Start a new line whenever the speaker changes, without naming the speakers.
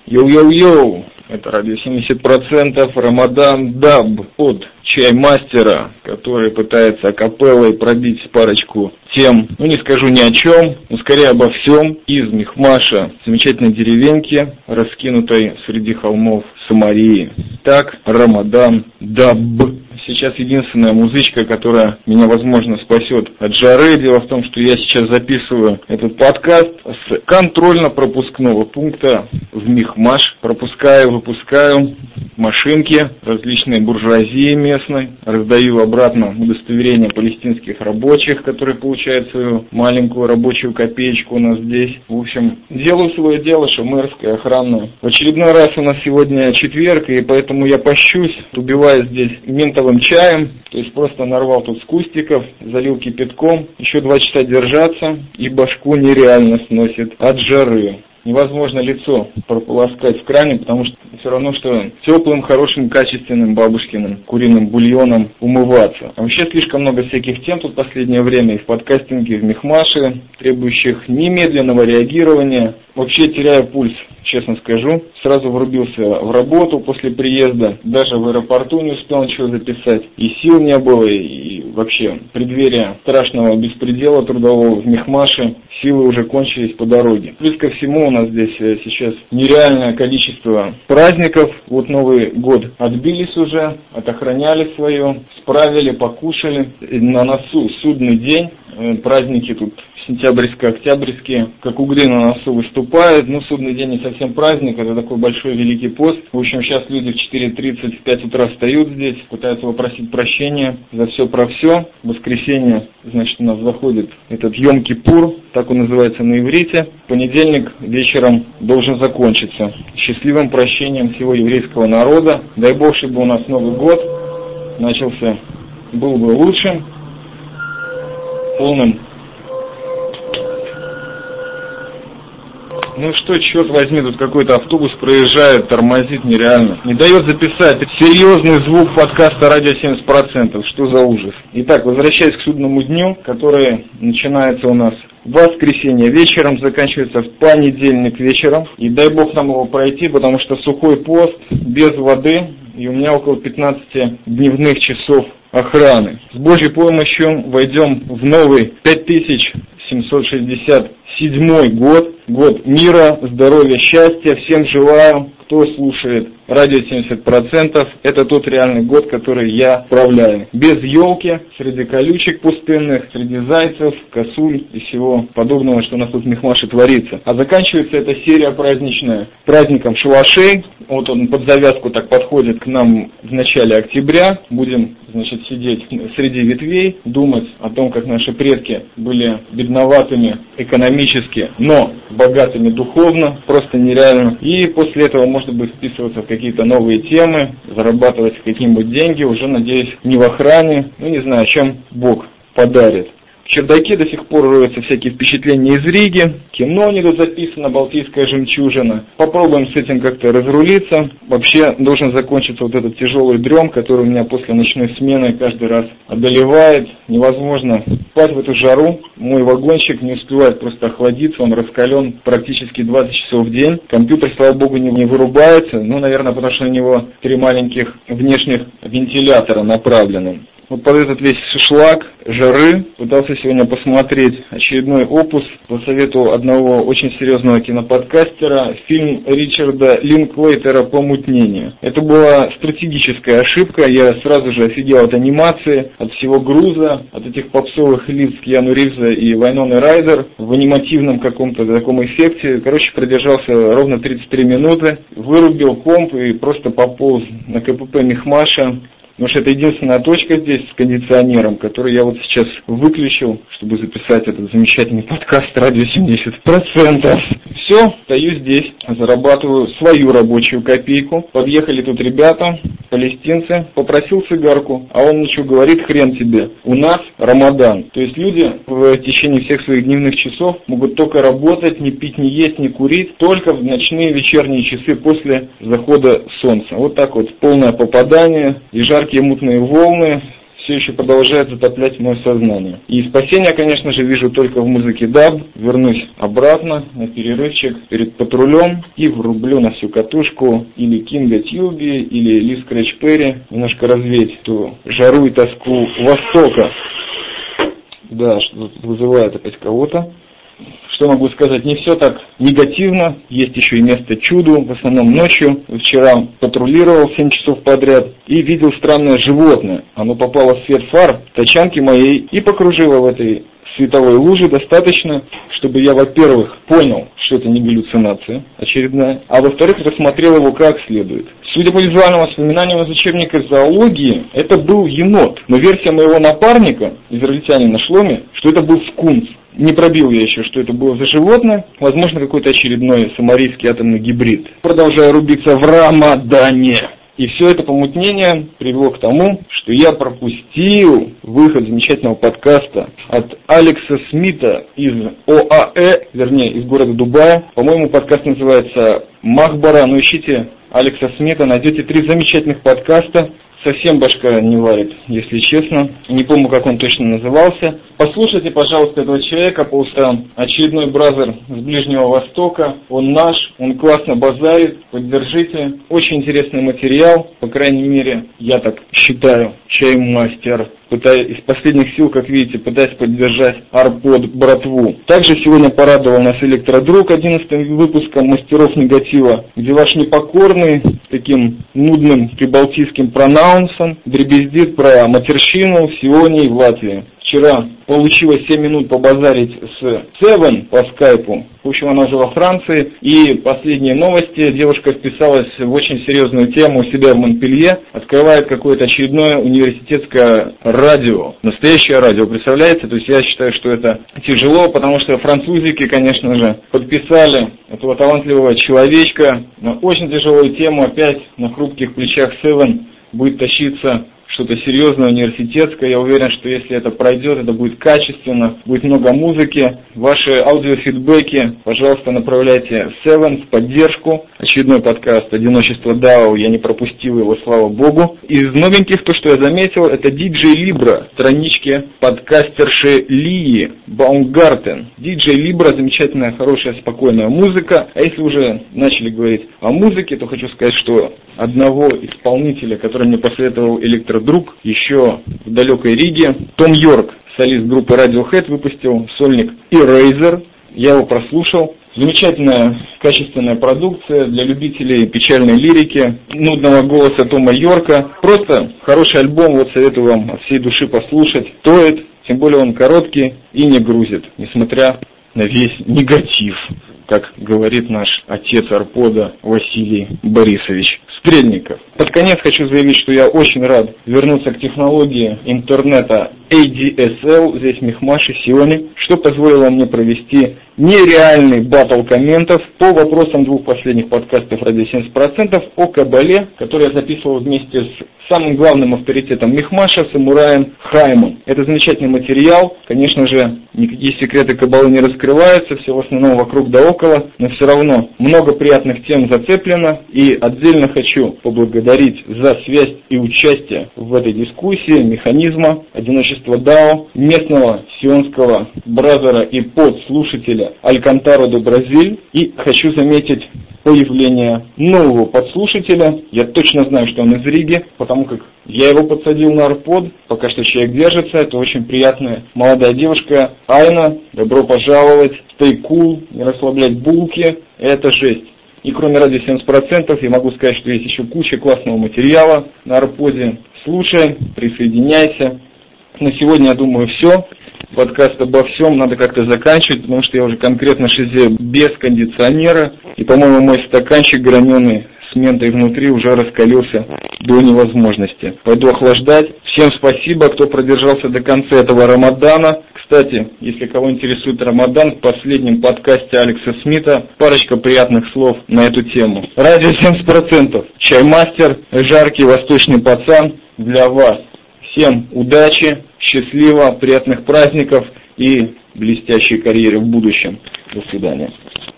Йоу-йоу-йоу, это радио 70%, Рамадан Даб от Чаймастера, который пытается акапеллой пробить парочку тем, не скажу ни о чем, но скорее обо всем, из Михмаша, замечательной деревеньки, раскинутой среди холмов Самарии. Так, Рамадан Даб. Сейчас единственная музычка, которая меня, возможно, спасет от жары. Дело в том, что я сейчас записываю этот подкаст с контрольно-пропускного пункта в Михмаш. Пропускаю, выпускаю машинки, различные буржуазии местной. Раздаю обратно удостоверения палестинских рабочих, которые получают свою маленькую рабочую копеечку у нас здесь. В общем, делаю свое дело, шумерское, охранное. В очередной раз у нас сегодня четверг, и поэтому я пощусь, убиваю здесь ментовым чаем, то есть просто нарвал тут с кустиков, залил кипятком, еще 2 часа держаться, и башку нереально сносит от жары. Невозможно лицо прополоскать в кране, потому что все равно, что теплым, хорошим, качественным бабушкиным куриным бульоном умываться. А вообще слишком много всяких тем тут в последнее время и в подкастинге, и в Михмаше, требующих немедленного реагирования. Вообще теряю пульс, честно скажу. Сразу врубился в работу после приезда. Даже в аэропорту не успел ничего записать. И сил не было, и вообще в преддверии страшного беспредела трудового в Михмаше силы уже кончились по дороге. Плюс ко всему у нас здесь сейчас нереальное количество праздников. Вот Новый год отбились уже, отохраняли свое, справили, покушали. На носу судный день, праздники тут сентябрьско-октябрьские, как угли на носу выступают. Судный день не совсем праздник, это такой большой великий пост. В общем, сейчас люди в 4:30, в 5 утра встают здесь, пытаются попросить прощения за все про все. В воскресенье, значит, у нас заходит этот Йом-Кипур, так он называется на иврите. В понедельник вечером должен закончиться счастливым прощением всего еврейского народа. Дай Бог, чтобы у нас Новый год начался, был бы лучшим, полным. Что, черт возьми, тут какой-то автобус проезжает, тормозит нереально. Не дает записать серьезный звук подкаста «Радио 70%». Что за ужас? Итак, возвращаясь к судному дню, который начинается у нас в воскресенье вечером, заканчивается в понедельник вечером. И дай Бог нам его пройти, потому что сухой пост, без воды, и у меня около 15 дневных часов охраны. С Божьей помощью войдем в новый 5767 год. Год мира, здоровья, счастья. Всем желаю, кто слушает радио 70%. Это тот реальный год, который я справляю. Без елки, среди колючек пустынных, среди зайцев, косуль и всего подобного, что у нас тут в Михмаше творится. А заканчивается эта серия праздничная праздником шалашей. Вот он под завязку так подходит к нам в начале октября. Будем, значит, сидеть среди ветвей, думать о том, как наши предки были бедноватыми экономически, но богатыми духовно, просто нереально. И после этого можно будет вписываться в какие-то новые темы, зарабатывать какие-нибудь деньги, уже, надеюсь, не в охране, не знаю, чем Бог подарит. В чердаке до сих пор роются всякие впечатления из Риги, кино не тут записано, «Балтийская жемчужина». Попробуем с этим как-то разрулиться. Вообще должен закончиться вот этот тяжелый дрем, который у меня после ночной смены каждый раз одолевает. Невозможно спать в эту жару. Мой вагончик не успевает просто охладиться, он раскален практически 20 часов в день. Компьютер, слава богу, не вырубается, наверное, потому что на него 3 маленьких внешних вентилятора направлены. Вот под этот весь шлак жары пытался сегодня посмотреть очередной опус по совету одного очень серьезного киноподкастера, фильм Ричарда Линклейтера «Помутнение». Это была стратегическая ошибка, я сразу же офигел от анимации, от всего груза, от этих попсовых лиц Киану Ривза и Вайноны Райдер в анимативном каком-то таком эффекте. Продержался ровно 33 минуты, вырубил комп и просто пополз на КПП Михмаша. Потому что это единственная точка здесь с кондиционером, который я вот сейчас выключил, чтобы записать этот замечательный подкаст «Радио 70%». Все, стою здесь, зарабатываю свою рабочую копейку. Подъехали тут ребята, палестинцы, попросил цигарку, а он ничего говорит, хрен тебе, у нас Рамадан. То есть люди в течение всех своих дневных часов могут только работать, не пить, не есть, не курить, только в ночные вечерние часы после захода солнца. Вот так вот, полное попадание и жаркие мутные волны. все еще продолжает затоплять мое сознание. И спасение, конечно же, вижу только в музыке даб. Вернусь обратно на перерывчик перед патрулем и врублю на всю катушку или Кинга Тьюби, или Ли Скрэч Перри, немножко развеять ту жару и тоску Востока. Да, что вызывает опять кого-то. Что могу сказать, не все так негативно, есть еще и место чуду, в основном ночью. Вчера патрулировал 7 часов подряд и видел странное животное. Оно попало в свет фар тачанки моей и покружило в этой световой луже достаточно, чтобы я, во-первых, понял, что это не галлюцинация очередная, а во-вторых, рассмотрел его как следует. Судя по визуальным воспоминаниям из учебника зоологии, это был енот, но версия моего напарника, израильтянина на шломе, что это был скунс. Не пробил я еще, что это было за животное, возможно, какой-то очередной самарийский атомный гибрид. Продолжаю рубиться в Рамадане. И все это помутнение привело к тому, что я пропустил выход замечательного подкаста от Алекса Смита из ОАЭ, вернее, из города Дубая. По-моему, подкаст называется «Махбара», но ищите Алекса Смита, найдете 3 замечательных подкаста. Совсем башка не варит, если честно. Не помню, как он точно назывался. Послушайте, пожалуйста, этого человека по уставам. Очередной бразер с Ближнего Востока. Он наш, он классно базарит. Поддержите. Очень интересный материал. По крайней мере, я так считаю. Чаймастер. Пытаюсь из последних сил, как видите, пытаюсь поддержать Арпод братву. Также сегодня порадовал нас Электродруг 11-м выпуском «Мастеров негатива», где ваш непокорный, таким нудным прибалтийским пронаунсом, дребездит про матерщину в Сионе и в Латвии. Вчера получилось 7 минут побазарить с Seven по скайпу. В общем, она уже во Франции. И последние новости. Девушка вписалась в очень серьезную тему у себя в Монпелье. Открывает какое-то очередное университетское радио. Настоящее радио, представляете? То есть я считаю, что это тяжело, потому что французики, конечно же, подписали этого талантливого человечка на очень тяжелую тему. Опять на хрупких плечах Seven будет тащиться что-то серьезное, университетское. Я уверен, что если это пройдет, это будет качественно, будет много музыки. Ваши аудиофидбэки, пожалуйста, направляйте Seven в поддержку. Очередной подкаст «Одиночество Дао», я не пропустил его, слава богу. Из новеньких, то, что я заметил, это DJ Libra, странички подкастерши Лии Баумгартен. DJ Libra, замечательная, хорошая, спокойная музыка. А если уже начали говорить о музыке, то хочу сказать, что одного исполнителя, который мне посоветовал Электродруг, еще в далекой Риге, Том Йорк, солист группы Radiohead, выпустил сольник Eraser. Я его прослушал. Замечательная, качественная продукция для любителей печальной лирики, нудного голоса Тома Йорка. Просто хороший альбом, вот советую вам от всей души послушать. Стоит, тем более он короткий и не грузит, несмотря на весь негатив, как говорит наш отец Арпода Василий Борисович Стрельников. Под конец хочу заявить, что я очень рад вернуться к технологии интернета ADSL, здесь Мехмаши, Сионе, что позволило мне провести нереальный баттл комментов по вопросам 2 последних подкастов «Радио 70%» о Кабале, который я записывал вместе с самым главным авторитетом Мехмаша, самураем Хаймом. Это замечательный материал, конечно же, никакие секреты Кабалы не раскрываются, все в основном вокруг да около, но все равно много приятных тем зацеплено, и отдельно хочу поблагодарить за связь и участие в этой дискуссии механизма «Одиночество Дао», местного сионского бразера и подслушателя Алькантаро до Бразиль, и хочу заметить появление нового подслушателя. Я точно знаю, что он из Риги, потому как я его подсадил на Арпод. Пока что человек держится. Это очень приятная молодая девушка Айна. Добро пожаловать. Stay cool, не расслаблять булки. Это жесть. И кроме радио 70%, я могу сказать, что есть еще куча классного материала на Арподе. Слушай, присоединяйся. На сегодня, я думаю, все. Подкаст обо всем надо как-то заканчивать, потому что я уже конкретно шизею без кондиционера. И, по-моему, мой стаканчик граненый с ментой внутри уже раскалился до невозможности. Пойду охлаждать. Всем спасибо, кто продержался до конца этого Рамадана. Кстати, если кого интересует Рамадан, в последнем подкасте Алекса Смита парочка приятных слов на эту тему. Радио 70%. Чаймастер, жаркий восточный пацан для вас. Всем удачи, счастливо, приятных праздников и блестящей карьеры в будущем. До свидания.